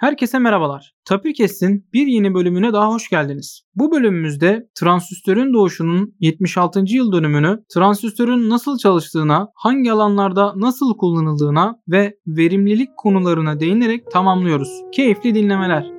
Herkese merhabalar. Tapirkes'in bir yeni bölümüne daha hoş geldiniz. Bu bölümümüzde transistörün doğuşunun 76. yıl dönümünü, transistörün nasıl çalıştığına, hangi alanlarda nasıl kullanıldığına ve verimlilik konularına değinerek tamamlıyoruz. Keyifli dinlemeler.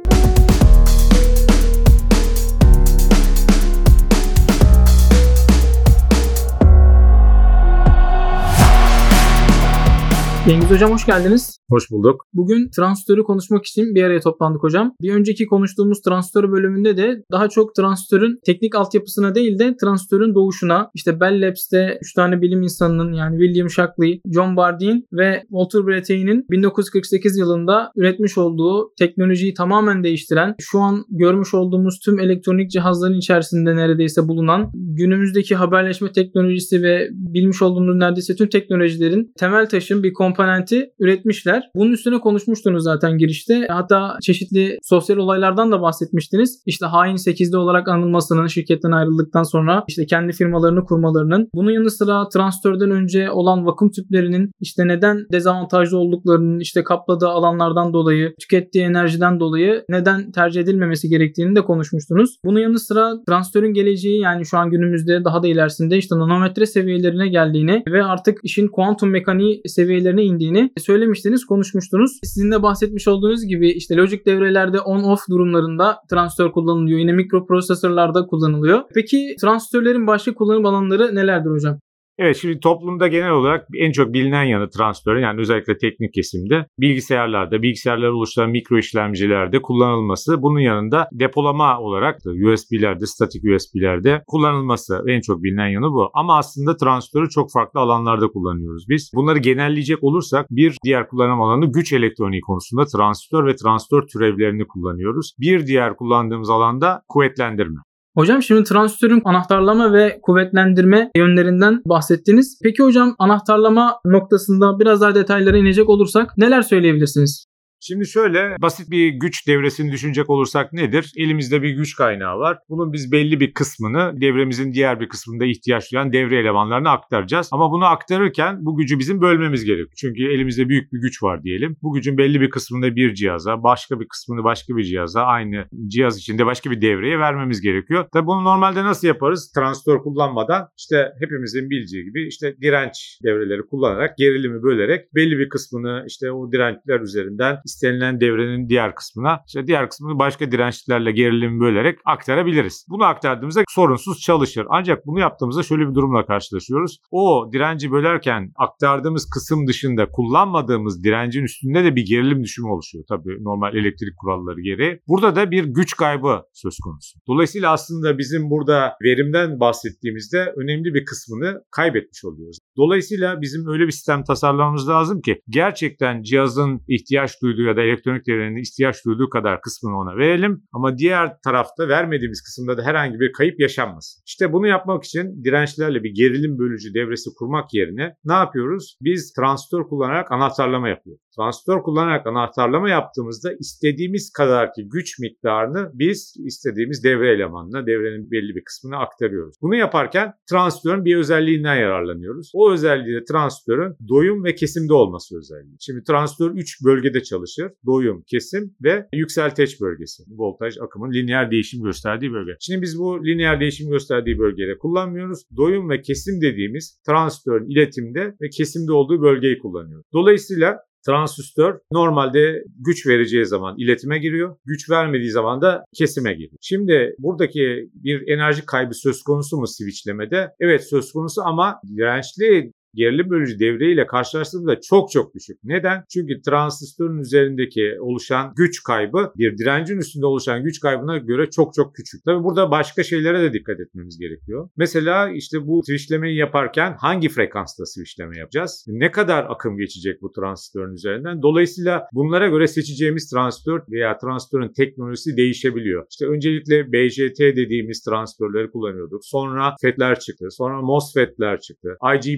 Cengiz Hocam hoş geldiniz. Hoş bulduk. Bugün transistörü konuşmak için bir araya toplandık hocam. Bir önceki konuştuğumuz transistör bölümünde de daha çok transistörün teknik altyapısına değil de transistörün doğuşuna, işte Bell Labs'te 3 tane bilim insanının yani William Shockley, John Bardeen ve Walter Brattain 1948 yılında üretmiş olduğu teknolojiyi tamamen değiştiren, şu an görmüş olduğumuz tüm elektronik cihazların içerisinde neredeyse bulunan günümüzdeki haberleşme teknolojisi ve bilmiş olduğumuz neredeyse tüm teknolojilerin temel taşın bir komponenti üretmişler. Bunun üstüne konuşmuştunuz zaten girişte. Hatta çeşitli sosyal olaylardan da bahsetmiştiniz. İşte hain 8'li olarak anılmasının, şirketten ayrıldıktan sonra işte kendi firmalarını kurmalarının. Bunun yanı sıra transistörden önce olan vakum tüplerinin işte neden dezavantajlı olduklarının, işte kapladığı alanlardan dolayı, tükettiği enerjiden dolayı neden tercih edilmemesi gerektiğini de konuşmuştunuz. Bunun yanı sıra transistörün geleceği, yani şu an günümüzde daha da ilerisinde işte nanometre seviyelerine geldiğini ve artık işin kuantum mekaniği seviyelerine indiğini söylemiştiniz, konuşmuştunuz. Sizin de bahsetmiş olduğunuz gibi işte lojik devrelerde on-off durumlarında transistör kullanılıyor. Yine mikroprosesörlerde kullanılıyor. Peki transistörlerin başka kullanım alanları nelerdir hocam? Evet, şimdi toplumda genel olarak en çok bilinen yanı transistörün, yani özellikle teknik kesimde bilgisayarlar oluşturan mikro işlemcilerde kullanılması, bunun yanında depolama olarak da USB'lerde, statik USB'lerde kullanılması en çok bilinen yanı bu. Ama aslında transistörü çok farklı alanlarda kullanıyoruz biz. Bunları genelleyecek olursak bir diğer kullanım alanı güç elektroniği konusunda transistör ve transistör türevlerini kullanıyoruz. Bir diğer kullandığımız alanda kuvvetlendirme. Hocam şimdi transistörün anahtarlama ve kuvvetlendirme yönlerinden bahsettiniz. Peki hocam anahtarlama noktasında biraz daha detaylara inecek olursak neler söyleyebilirsiniz? Şimdi şöyle basit bir güç devresini düşünecek olursak nedir? Elimizde bir güç kaynağı var. Bunun biz belli bir kısmını devremizin diğer bir kısmında ihtiyaç duyan devre elemanlarına aktaracağız. Ama bunu aktarırken bu gücü bizim bölmemiz gerekiyor. Çünkü elimizde büyük bir güç var diyelim. Bu gücün belli bir kısmını bir cihaza, başka bir kısmını başka bir cihaza, aynı cihaz içinde başka bir devreye vermemiz gerekiyor. Tabii bunu normalde nasıl yaparız? Transistör kullanmadan işte hepimizin bildiği gibi işte direnç devreleri kullanarak, gerilimi bölerek belli bir kısmını işte o dirençler üzerinden istenilen devrenin diğer kısmına, işte diğer kısmını başka dirençlerle gerilimi bölerek aktarabiliriz. Bunu aktardığımızda sorunsuz çalışır. Ancak bunu yaptığımızda şöyle bir durumla karşılaşıyoruz. O direnci bölerken aktardığımız kısım dışında kullanmadığımız direncin üstünde de bir gerilim düşümü oluşuyor. Tabii normal elektrik kuralları gereği. Burada da bir güç kaybı söz konusu. Dolayısıyla aslında bizim burada verimden bahsettiğimizde önemli bir kısmını kaybetmiş oluyoruz. Dolayısıyla bizim öyle bir sistem tasarlamamız lazım ki gerçekten cihazın ihtiyaç duyduğu ya da elektronik devrenin ihtiyaç duyduğu kadar kısmını ona verelim ama diğer tarafta vermediğimiz kısımda da herhangi bir kayıp yaşanmasın. İşte bunu yapmak için dirençlerle bir gerilim bölücü devresi kurmak yerine ne yapıyoruz? Biz transistör kullanarak anahtarlama yapıyoruz. Transistör kullanarak anahtarlama yaptığımızda istediğimiz kadarki güç miktarını biz istediğimiz devre elemanına, devrenin belli bir kısmını aktarıyoruz. Bunu yaparken transistörün bir özelliğinden yararlanıyoruz. O özelliği de transistörün doyum ve kesimde olması özelliği. Şimdi transistör 3 bölgede çalışır. Doyum, kesim ve yükselteç bölgesi. Voltaj akımın lineer değişim gösterdiği bölge. Şimdi biz bu lineer değişim gösterdiği bölgeleri kullanmıyoruz. Doyum ve kesim dediğimiz transistörün iletimde ve kesimde olduğu bölgeyi kullanıyoruz. Dolayısıyla transistör normalde güç vereceği zaman iletime giriyor. Güç vermediği zaman da kesime giriyor. Şimdi buradaki bir enerji kaybı söz konusu mu switchlemede? Evet, söz konusu ama dirençli gerilim bölücü devreyle karşılaştığımızda çok çok düşük. Neden? Çünkü transistörün üzerindeki oluşan güç kaybı bir direncin üstünde oluşan güç kaybına göre çok çok küçük. Tabii burada başka şeylere de dikkat etmemiz gerekiyor. Mesela işte bu switchlemeyi yaparken hangi frekansta switchleme yapacağız? Ne kadar akım geçecek bu transistörün üzerinden? Dolayısıyla bunlara göre seçeceğimiz transistör veya transistörün teknolojisi değişebiliyor. İşte öncelikle BJT dediğimiz transistörleri kullanıyorduk. Sonra FET'ler çıktı. Sonra MOSFET'ler çıktı. IGBT denen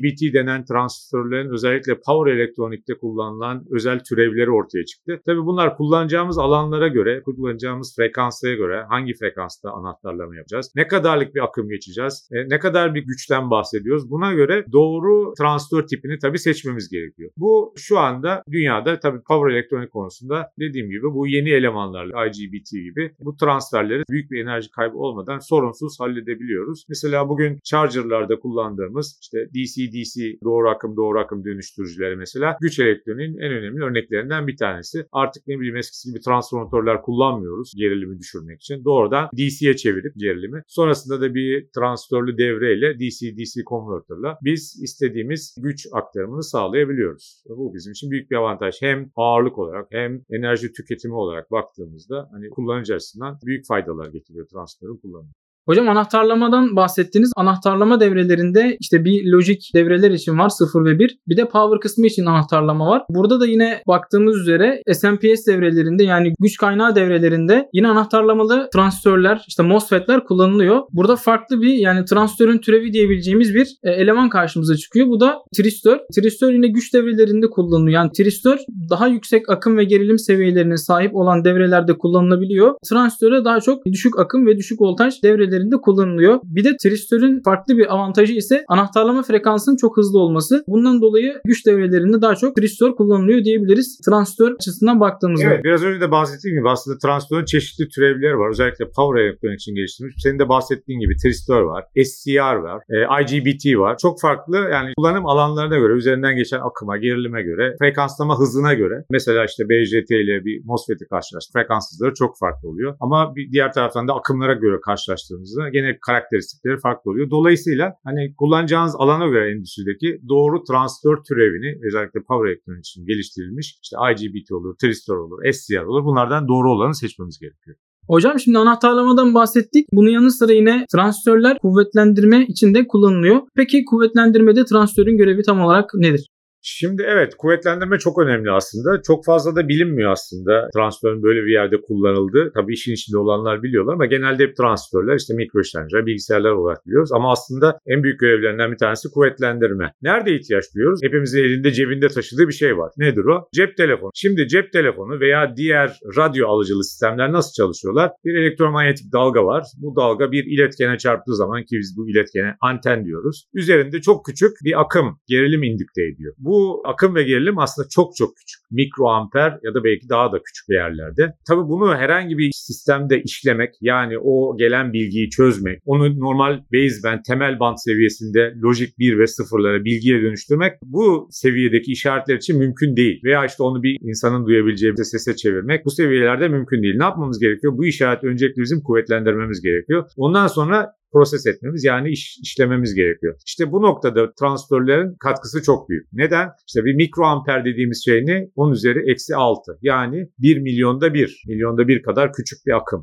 dönen transistörlerin özellikle power elektronikte kullanılan özel türevleri ortaya çıktı. Tabii bunlar kullanacağımız alanlara göre, kullanacağımız frekanslara göre hangi frekansta anahtarlama yapacağız, ne kadarlık bir akım geçeceğiz, ne kadar bir güçten bahsediyoruz. Buna göre doğru transistör tipini tabii seçmemiz gerekiyor. Bu şu anda dünyada tabii power elektronik konusunda dediğim gibi bu yeni elemanlarla IGBT gibi bu transferleri büyük bir enerji kaybı olmadan sorunsuz halledebiliyoruz. Mesela bugün charger'larda kullandığımız işte DC-DC doğru akım dönüştürücüleri mesela güç elektroniğin en önemli örneklerinden bir tanesi. Artık ne bileyim eskisi gibi transformatörler kullanmıyoruz gerilimi düşürmek için. Doğrudan DC'ye çevirip gerilimi. Sonrasında da bir transistörlü devreyle DC-DC konvertörle biz istediğimiz güç aktarımını sağlayabiliyoruz. Bu bizim için büyük bir avantaj. Hem ağırlık olarak hem enerji tüketimi olarak baktığımızda hani kullanıcı açısından büyük faydalar getiriyor transistörün kullanımı. Hocam anahtarlamadan bahsettiniz. Anahtarlama devrelerinde işte bir lojik devreler için var 0 ve 1. Bir de power kısmı için anahtarlama var. Burada da yine baktığımız üzere SMPS devrelerinde yani güç kaynağı devrelerinde yine anahtarlamalı transistörler işte MOSFET'ler kullanılıyor. Burada farklı bir yani transistörün türevi diyebileceğimiz bir eleman karşımıza çıkıyor. Bu da tristör. Tristör yine güç devrelerinde kullanılıyor. Yani tristör daha yüksek akım ve gerilim seviyelerine sahip olan devrelerde kullanılabiliyor. Transistöre daha çok düşük akım ve düşük voltaj devreleri kullanılıyor. Bir de tristörün farklı bir avantajı ise anahtarlama frekansının çok hızlı olması. Bundan dolayı güç devrelerinde daha çok tristör kullanılıyor diyebiliriz transistör açısından baktığımızda. Evet, biraz önce de bahsettiğim gibi aslında transistörün çeşitli türevleri var. Özellikle power elektronik için geliştirilmiş. Senin de bahsettiğin gibi tristör var, SCR var, IGBT var. Çok farklı yani kullanım alanlarına göre, üzerinden geçen akıma, gerilime göre, frekanslama hızına göre. Mesela işte BJT ile bir MOSFET'i karşılaştırıyoruz. Frekans hızları çok farklı oluyor. Ama bir diğer taraftan da akımlara göre karşılaştığımızda gene karakteristikleri farklı oluyor. Dolayısıyla hani kullanacağınız alana göre endüstrideki doğru transistör türevini özellikle power elektronik için geliştirilmiş işte IGBT olur, tristör olur, SCR olur. Bunlardan doğru olanı seçmemiz gerekiyor. Hocam şimdi anahtarlamadan bahsettik. Bunun yanı sıra yine transistörler kuvvetlendirme için de kullanılıyor. Peki kuvvetlendirmede transistörün görevi tam olarak nedir? Şimdi evet, kuvvetlendirme çok önemli aslında. Çok fazla da bilinmiyor aslında transistörün böyle bir yerde kullanıldığı. Tabii işin içinde olanlar biliyorlar ama genelde hep transistörler işte mikro işlemciler, bilgisayarlar olarak biliyoruz. Ama aslında en büyük görevlerinden bir tanesi kuvvetlendirme. Nerede ihtiyaç duyuyoruz? Hepimizin elinde cebinde taşıdığı bir şey var. Nedir o? Cep telefonu. Şimdi cep telefonu veya diğer radyo alıcılı sistemler nasıl çalışıyorlar? Bir elektromanyetik dalga var. Bu dalga bir iletkene çarptığı zaman ki biz bu iletkene anten diyoruz. Üzerinde çok küçük bir akım, gerilim indükte ediyor. Bu akım ve gerilim aslında çok küçük. Mikroamper ya da belki daha da küçük yerlerde. Tabii bunu herhangi bir sistemde işlemek yani o gelen bilgiyi çözmek, onu normal baseband, temel band seviyesinde lojik 1 ve 0'lara bilgiye dönüştürmek bu seviyedeki işaretler için mümkün değil. Veya işte onu bir insanın duyabileceği bir sese çevirmek bu seviyelerde mümkün değil. Ne yapmamız gerekiyor? Bu işareti öncelikle bizim kuvvetlendirmemiz gerekiyor. Ondan sonra proses etmemiz yani işlememiz gerekiyor. İşte bu noktada transistörlerin katkısı çok büyük. Neden? İşte bir mikroamper dediğimiz şey ne? 10 üzeri -6. Yani 1 milyonda 1. Milyonda 1 kadar küçük bir akım.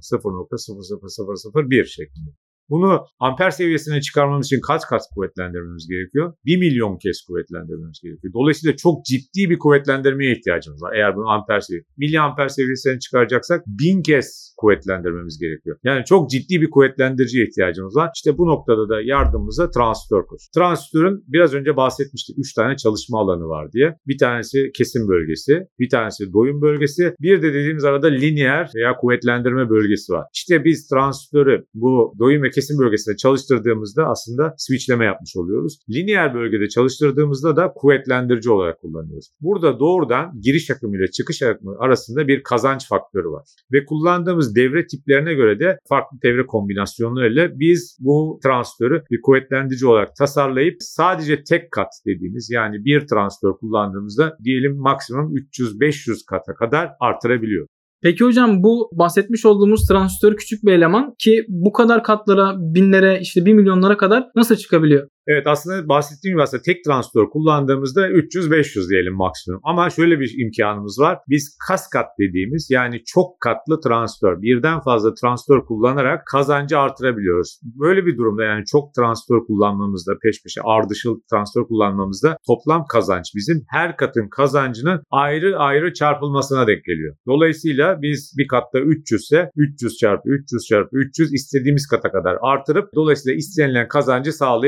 0.00001 şeklinde. Bunu amper seviyesine çıkarmamız için kaç kat kuvvetlendirmemiz gerekiyor? 1 milyon kez kuvvetlendirmemiz gerekiyor. Dolayısıyla çok ciddi bir kuvvetlendirmeye ihtiyacımız var. Eğer bunu amper seviyesi, miliamper seviyesine çıkaracaksak 1000 kez kuvvetlendirmemiz gerekiyor. Yani çok ciddi bir kuvvetlendiriciye ihtiyacımız var. İşte bu noktada da yardımımıza transistör koşuyor. Transistörün biraz önce bahsetmiştik 3 tane çalışma alanı var diye. Bir tanesi kesim bölgesi, bir tanesi doyum bölgesi, bir de dediğimiz arada lineer veya kuvvetlendirme bölgesi var. İşte biz transistörü bu doyum ve kesim bölgesinde çalıştırdığımızda aslında switchleme yapmış oluyoruz. Lineer bölgede çalıştırdığımızda da kuvvetlendirici olarak kullanıyoruz. Burada doğrudan giriş akımı ile çıkış akımı arasında bir kazanç faktörü var. Ve kullandığımız devre tiplerine göre de farklı devre kombinasyonlarıyla biz bu transistörü bir kuvvetlendirici olarak tasarlayıp sadece tek kat dediğimiz yani bir transistör kullandığımızda diyelim maksimum 300-500 kata kadar artırabiliyor. Peki hocam bu bahsetmiş olduğumuz transistör küçük bir eleman ki bu kadar katlara, binlere, işte 1 milyonlara kadar nasıl çıkabiliyor? Evet aslında bahsettiğim gibi aslında tek transistör kullandığımızda 300-500 diyelim maksimum. Ama şöyle bir imkanımız var. Biz kaskat dediğimiz yani çok katlı transistör, birden fazla transistör kullanarak kazancı artırabiliyoruz. Böyle bir durumda yani çok transistör kullanmamızda peş peşe ardışıl transistör kullanmamızda toplam kazanç bizim her katın kazancının ayrı ayrı çarpılmasına denk geliyor. Dolayısıyla biz bir katta 300 ise 300 çarpı 300 çarpı 300 istediğimiz kata kadar artırıp dolayısıyla istenilen kazancı sağlayabiliyoruz.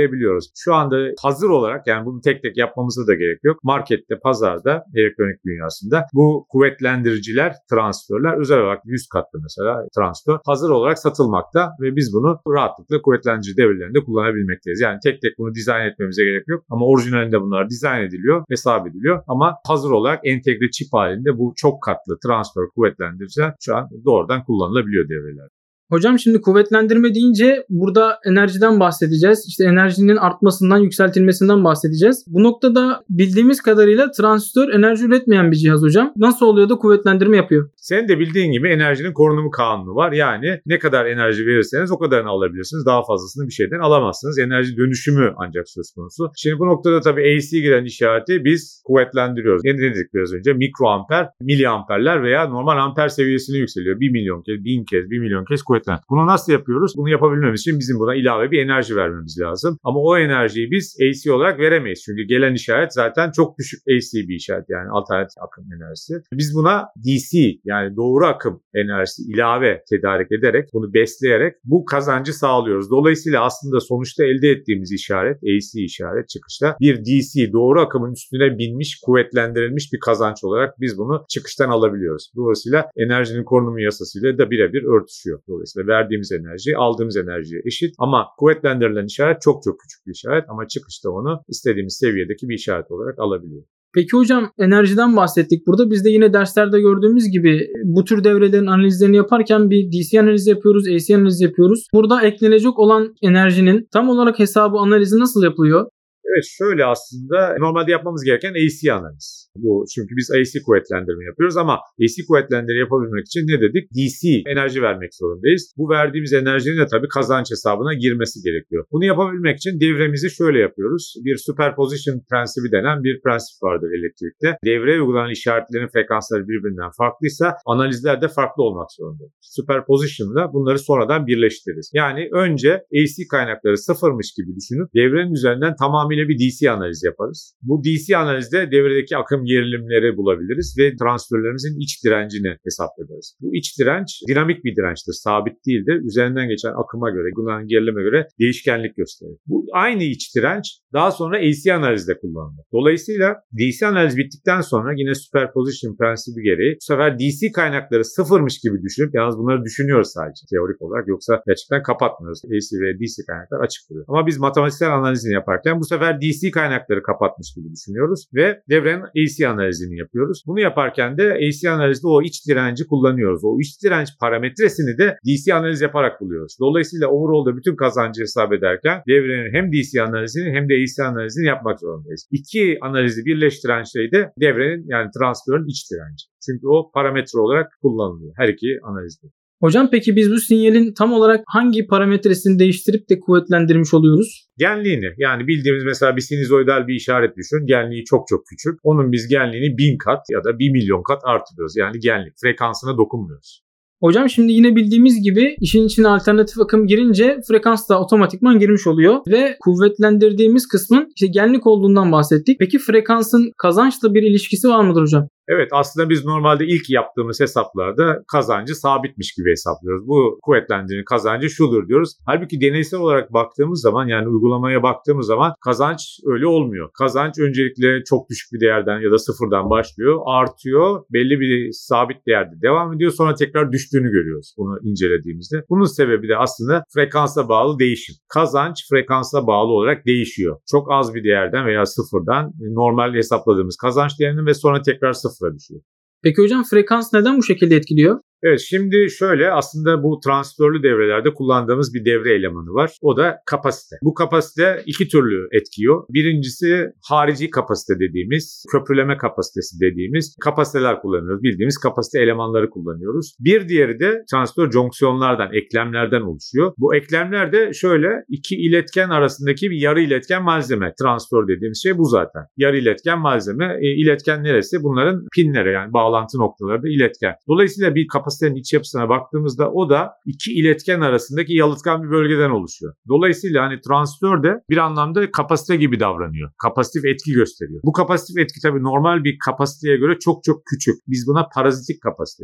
yapıyoruz. Şu anda hazır olarak, yani bunu tek tek yapmamıza da gerek yok. Markette, pazarda, elektronik dünyasında bu kuvvetlendiriciler, transistörler özel olarak 100 katlı mesela transistör hazır olarak satılmakta ve biz bunu rahatlıkla kuvvetlendirici devrelerinde kullanabilmekteyiz. Yani tek tek bunu dizayn etmemize gerek yok ama orijinalinde bunlar dizayn ediliyor, hesap ediliyor ama hazır olarak entegre çip halinde bu çok katlı transistör kuvvetlendiriciler şu an doğrudan kullanılabiliyor devreler. Hocam şimdi kuvvetlendirme deyince burada enerjiden bahsedeceğiz. İşte enerjinin artmasından, yükseltilmesinden bahsedeceğiz. Bu noktada bildiğimiz kadarıyla transistör enerji üretmeyen bir cihaz hocam. Nasıl oluyor da kuvvetlendirme yapıyor? Senin de bildiğin gibi enerjinin korunumu kanunu var. Yani ne kadar enerji verirseniz o kadarını alabilirsiniz. Daha fazlasını bir şeyden alamazsınız. Enerji dönüşümü ancak söz konusu. Şimdi bu noktada tabii AC giren işareti biz kuvvetlendiriyoruz. Ne dedik biraz önce? Mikroamper, miliamperler veya normal amper seviyesine yükseliyor. 1 milyon kez, 1000 kez, 1 milyon kez kuvvetlen. Bunu nasıl yapıyoruz? Bunu yapabilmemiz için bizim buna ilave bir enerji vermemiz lazım. Ama o enerjiyi biz AC olarak veremeyiz. Çünkü gelen işaret zaten çok düşük AC bir işaret, yani alternatif akım enerjisi. Biz buna DC, yani doğru akım enerjisi ilave tedarik ederek, bunu besleyerek bu kazancı sağlıyoruz. Dolayısıyla aslında sonuçta elde ettiğimiz işaret, AC işaret çıkışta bir DC, doğru akımın üstüne binmiş, kuvvetlendirilmiş bir kazanç olarak biz bunu çıkıştan alabiliyoruz. Dolayısıyla enerjinin korunumu yasasıyla da birebir örtüşüyor. Dolayısıyla verdiğimiz enerji aldığımız enerjiye eşit ama kuvvetlendirilen işaret çok çok küçük bir işaret ama çıkışta onu istediğimiz seviyedeki bir işaret olarak alabiliyor. Peki hocam enerjiden bahsettik burada. Biz de yine derslerde gördüğümüz gibi bu tür devrelerin analizlerini yaparken bir DC analizi yapıyoruz, AC analizi yapıyoruz. Burada eklenecek olan enerjinin tam olarak hesabı, analizi nasıl yapılıyor? Evet, şöyle aslında normalde yapmamız gereken AC analiz. Bu çünkü biz AC kuvvetlendirme yapıyoruz ama AC kuvvetlendirme yapabilmek için ne dedik? DC enerji vermek zorundayız. Bu verdiğimiz enerjinin de tabii kazanç hesabına girmesi gerekiyor. Bunu yapabilmek için devremizi şöyle yapıyoruz. Bir superposition prensibi denen bir prensip vardır elektrikte. Devreye uygulanan işaretlerin frekansları birbirinden farklıysa analizler de farklı olmak zorunda. Superposition'la bunları sonradan birleştiririz. Yani önce AC kaynakları sıfırmış gibi düşünüp devrenin üzerinden tamamıyla bir DC analiz yaparız. Bu DC analizde devredeki akım gerilimleri bulabiliriz ve transistörlerimizin iç direncini hesaplarız. Bu iç direnç dinamik bir dirençtir, sabit değildir. Üzerinden geçen akıma göre, uygulanan gerilime göre değişkenlik gösterir. Bu aynı iç direnç daha sonra AC analizde kullanılır. Dolayısıyla DC analiz bittikten sonra yine superposition prensibi gereği bu sefer DC kaynakları sıfırmış gibi düşünüp, yalnız bunları düşünüyoruz sadece teorik olarak, yoksa gerçekten kapatmıyoruz. AC ve DC kaynaklar açık duruyor. Ama biz matematiksel analizini yaparken bu sefer DC kaynakları kapatmış gibi düşünüyoruz ve devrenin AC analizini yapıyoruz. Bunu yaparken de AC analizde o iç direnci kullanıyoruz. O iç direnç parametresini de DC analiz yaparak buluyoruz. Dolayısıyla overall'da bütün kazancı hesap ederken devrenin hem DC analizini hem de AC analizini yapmak zorundayız. İki analizi birleştiren şey de devrenin, yani transistörün iç direnci. Çünkü o parametre olarak kullanılıyor her iki analizde. Hocam peki biz bu sinyalin tam olarak hangi parametresini değiştirip de kuvvetlendirmiş oluyoruz? Genliğini, yani bildiğimiz mesela bir sinüzoidal bir işaret düşün. Genliği çok çok küçük. Onun biz genliğini 1000 kat ya da 1 milyon kat artırıyoruz. Yani genlik frekansına dokunmuyoruz. Hocam şimdi yine bildiğimiz gibi işin içine alternatif akım girince frekans da otomatikman girmiş oluyor ve kuvvetlendirdiğimiz kısmın işte genlik olduğundan bahsettik. Peki frekansın kazançla bir ilişkisi var mıdır hocam? Evet, aslında biz normalde ilk yaptığımız hesaplarda kazancı sabitmiş gibi hesaplıyoruz. Bu kuvvetlendiricinin kazancı şudur diyoruz. Halbuki deneysel olarak baktığımız zaman, yani uygulamaya baktığımız zaman kazanç öyle olmuyor. Kazanç öncelikle çok düşük bir değerden ya da sıfırdan başlıyor, artıyor, belli bir sabit değerde devam ediyor, sonra tekrar düştüğünü görüyoruz bunu incelediğimizde. Bunun sebebi de aslında frekansa bağlı değişim. Kazanç frekansa bağlı olarak değişiyor. Çok az bir değerden veya sıfırdan normal hesapladığımız kazanç değerinin ve sonra tekrar sıfıra düşüyor. Peki hocam frekans neden bu şekilde etkiliyor? Evet, şimdi şöyle, aslında bu transistörlü devrelerde kullandığımız bir devre elemanı var. O da kapasite. Bu kapasite iki türlü etkiyor. Birincisi harici kapasite dediğimiz, köprüleme kapasitesi dediğimiz kapasiteler kullanıyoruz. Bildiğimiz kapasite elemanları kullanıyoruz. Bir diğeri de transistör jonksiyonlardan, eklemlerden oluşuyor. Bu eklemler de şöyle, iki iletken arasındaki bir yarı iletken malzeme. Transistör dediğimiz şey bu zaten. Yarı iletken malzeme. İletken neresi? Bunların pinleri, yani bağlantı noktaları da iletken. Dolayısıyla bir kapasitenin iç yapısına baktığımızda o da iki iletken arasındaki yalıtkan bir bölgeden oluşuyor. Dolayısıyla hani transistör de bir anlamda kapasite gibi davranıyor. Kapasitif etki gösteriyor. Bu kapasitif etki tabii normal bir kapasiteye göre çok çok küçük. Biz buna parazitik kapasite diyoruz.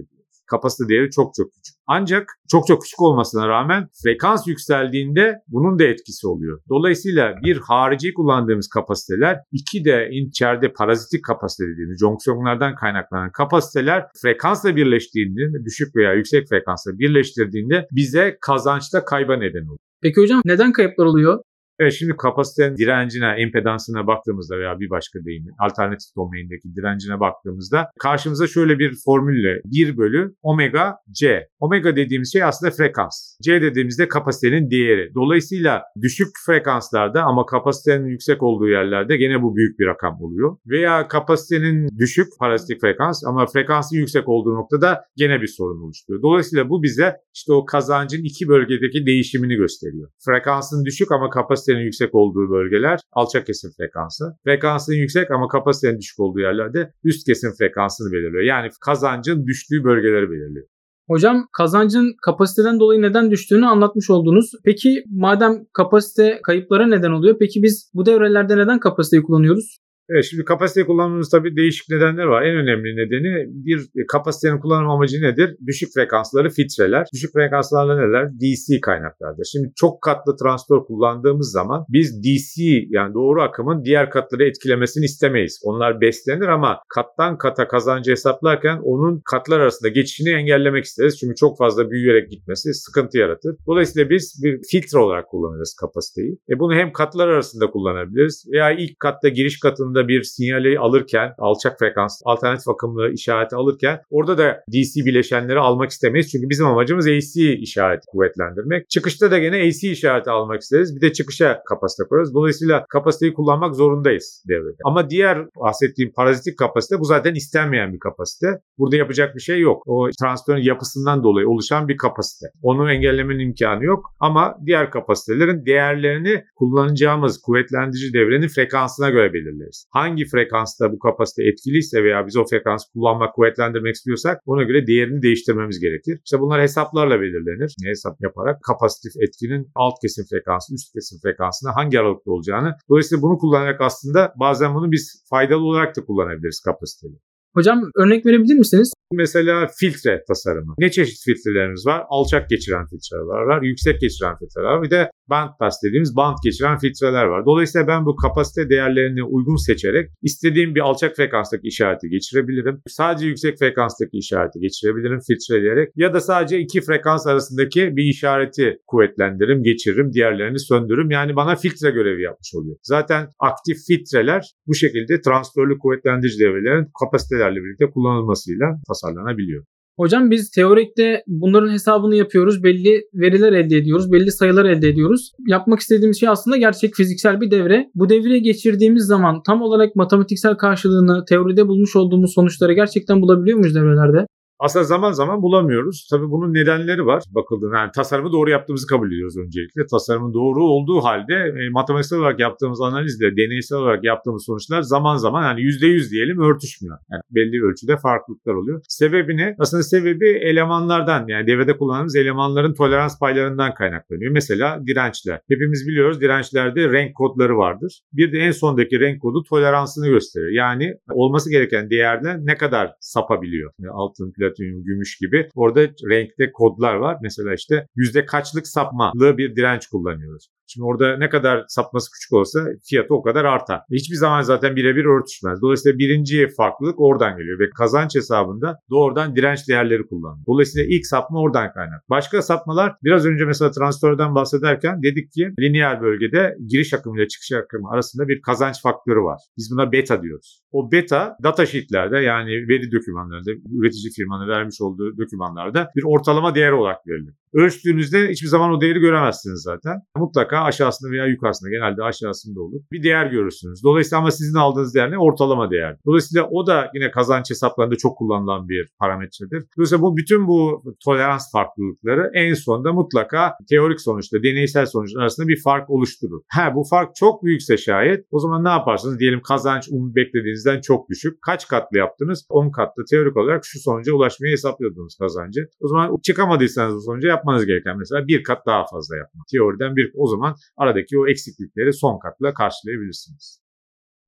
Kapasite değeri çok çok küçük. Ancak çok çok küçük olmasına rağmen frekans yükseldiğinde bunun da etkisi oluyor. Dolayısıyla bir harici kullandığımız kapasiteler, iki de içeride parazitik kapasite dediğimiz jonksiyonlardan kaynaklanan kapasiteler frekansla birleştiğinde, düşük veya yüksek frekansla birleştirdiğinde bize kazançta kayba neden oluyor. Peki hocam neden kayıplar oluyor? Evet, şimdi kapasitenin direncine, impedansına baktığımızda veya bir başka deyimle alternatif domaindeki direncine baktığımızda karşımıza şöyle bir formülle 1 bölü omega C. Omega dediğimiz şey aslında frekans. C dediğimizde kapasitenin değeri. Dolayısıyla düşük frekanslarda ama kapasitenin yüksek olduğu yerlerde gene bu büyük bir rakam oluyor. Veya kapasitenin düşük parazitik frekans ama frekansın yüksek olduğu noktada gene bir sorun oluşturuyor. Dolayısıyla bu bize işte o kazancın iki bölgedeki değişimini gösteriyor. Frekansın düşük ama kapasitenin yüksek olduğu bölgeler alçak kesim frekansı. Frekansın yüksek ama kapasitenin düşük olduğu yerlerde üst kesim frekansını belirliyor. Yani kazancın düştüğü bölgeleri belirliyor. Hocam kazancın kapasiteden dolayı neden düştüğünü anlatmış oldunuz. Peki madem kapasite kayıplara neden oluyor, peki biz bu devrelerde neden kapasiteyi kullanıyoruz? Evet, şimdi kapasiteyi kullanmamız tabii değişik nedenler var. En önemli nedeni bir kapasitenin kullanım amacı nedir? Düşük frekansları filtreler. Düşük frekanslarla neler? DC kaynaklardır. Şimdi çok katlı transistör kullandığımız zaman biz DC yani doğru akımın diğer katları etkilemesini istemeyiz. Onlar beslenir ama kattan kata kazancı hesaplarken onun katlar arasında geçişini engellemek isteriz. Çünkü çok fazla büyüyerek gitmesi sıkıntı yaratır. Dolayısıyla biz bir filtre olarak kullanırız kapasiteyi. Bunu hem katlar arasında kullanabiliriz veya ilk katta giriş katında bir sinyali alırken alçak frekans alternatif akımlı işareti alırken orada da DC bileşenleri almak istemeyiz. Çünkü bizim amacımız AC işareti kuvvetlendirmek. Çıkışta da gene AC işareti almak isteriz. Bir de çıkışa kapasite koyarız. Dolayısıyla kapasiteyi kullanmak zorundayız devrede. Ama diğer bahsettiğim parazitik kapasite bu zaten istenmeyen bir kapasite. Burada yapacak bir şey yok. O transistörün yapısından dolayı oluşan bir kapasite. Onu engellemenin imkanı yok. Ama diğer kapasitelerin değerlerini kullanacağımız kuvvetlendirici devrenin frekansına göre belirleriz. Hangi frekansta bu kapasite etkiliyse veya biz o frekansı kullanmak, kuvvetlendirmek istiyorsak ona göre değerini değiştirmemiz gerekir. İşte bunlar hesaplarla belirlenir. Hesap yaparak kapasitif etkinin alt kesim frekansı, üst kesim frekansına hangi aralıkta olacağını. Dolayısıyla bunu kullanarak aslında bazen bunu biz faydalı olarak da kullanabiliriz kapasiteyi. Hocam örnek verebilir misiniz? Mesela filtre tasarımı. Ne çeşit filtrelerimiz var? Alçak geçiren filtreler var, yüksek geçiren filtreler var. Bir de bandpass dediğimiz band geçiren filtreler var. Dolayısıyla ben bu kapasite değerlerini uygun seçerek istediğim bir alçak frekanstaki işareti geçirebilirim. Sadece yüksek frekanstaki işareti geçirebilirim filtreleyerek ya da sadece iki frekans arasındaki bir işareti kuvvetlendiririm, geçiririm, diğerlerini söndürürüm. Yani bana filtre görevi yapmış oluyor. Zaten aktif filtreler bu şekilde transistörlü kuvvetlendirici devrelerin kapasitelerle birlikte kullanılmasıyla tasarlanabiliyor. Hocam biz teorikte bunların hesabını yapıyoruz. Belli veriler elde ediyoruz. Belli sayılar elde ediyoruz. Yapmak istediğimiz şey aslında gerçek fiziksel bir devre. Bu devreye geçirdiğimiz zaman tam olarak matematiksel karşılığını teoride bulmuş olduğumuz sonuçları gerçekten bulabiliyor muyuz devrelerde? Aslında zaman zaman bulamıyoruz. Tabii bunun nedenleri var. Bakıldığında yani tasarımı doğru yaptığımızı kabul ediyoruz öncelikle. Tasarımın doğru olduğu halde matematiksel olarak yaptığımız analizle deneysel olarak yaptığımız sonuçlar zaman zaman yani %100 diyelim örtüşmüyor. Yani belli ölçüde farklılıklar oluyor. Sebebi ne? Aslında sebebi elemanlardan yani devrede kullandığımız elemanların tolerans paylarından kaynaklanıyor. Mesela dirençler. Hepimiz biliyoruz dirençlerde renk kodları vardır. Bir de en sondaki renk kodu toleransını gösterir. Yani olması gereken değerden ne kadar sapabiliyor. Yani altın, platinyum, gümüş gibi. Orada renkte kodlar var. Mesela işte yüzde kaçlık sapmalı bir direnç kullanıyoruz. Şimdi orada ne kadar sapması küçük olsa fiyatı o kadar artar. Hiçbir zaman zaten birebir örtüşmez. Dolayısıyla birinci farklılık oradan geliyor ve kazanç hesabında doğrudan direnç değerleri kullanılıyor. Dolayısıyla ilk sapma oradan kaynak. Başka sapmalar biraz önce mesela transistörden bahsederken dedik ki lineer bölgede giriş akımı ile çıkış akımı arasında bir kazanç faktörü var. Biz buna beta diyoruz. O beta datasheetlerde yani veri dokümanlarında üretici firmanın vermiş olduğu dokümanlarda bir ortalama değer olarak verilir. Ölçtüğünüzde hiçbir zaman o değeri göremezsiniz zaten. Mutlaka aşağısında veya yukarısında genelde aşağısında olur. Bir değer görürsünüz. Dolayısıyla ama sizin aldığınız değer ne? Ortalama değer. Dolayısıyla o da yine kazanç hesaplarında çok kullanılan bir parametredir. Dolayısıyla bütün bu tolerans farklılıkları en sonunda mutlaka teorik sonuçta, deneysel sonuçlar arasında bir fark oluşturur. Bu fark çok büyükse şayet o zaman ne yaparsınız? Diyelim kazanç beklediğinizden çok düşük. Kaç katlı yaptınız? 10 katlı teorik olarak şu sonuca ulaşmayı hesaplıyordunuz kazancı. O zaman çıkamadıysanız bu sonuca yapmanız gereken mesela bir kat daha fazla yapmak. Teoriden o zaman aradaki o eksiklikleri son katla karşılayabilirsiniz.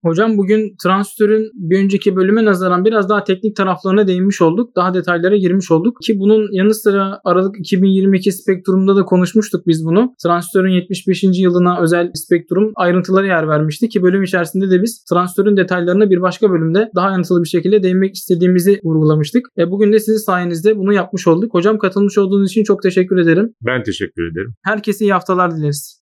Hocam bugün transistörün bir önceki bölüme nazaran biraz daha teknik taraflarına değinmiş olduk. Daha detaylara girmiş olduk. Ki bunun yanı sıra Aralık 2022 Spektrum'da da konuşmuştuk biz bunu. Transistörün 75. yılına özel Spektrum ayrıntılara yer vermişti ki bölüm içerisinde de biz transistörün detaylarına bir başka bölümde daha ayrıntılı bir şekilde değinmek istediğimizi vurgulamıştık. Bugün de sizin sayenizde bunu yapmış olduk. Hocam katılmış olduğunuz için çok teşekkür ederim. Ben teşekkür ederim. Herkese iyi haftalar dileriz.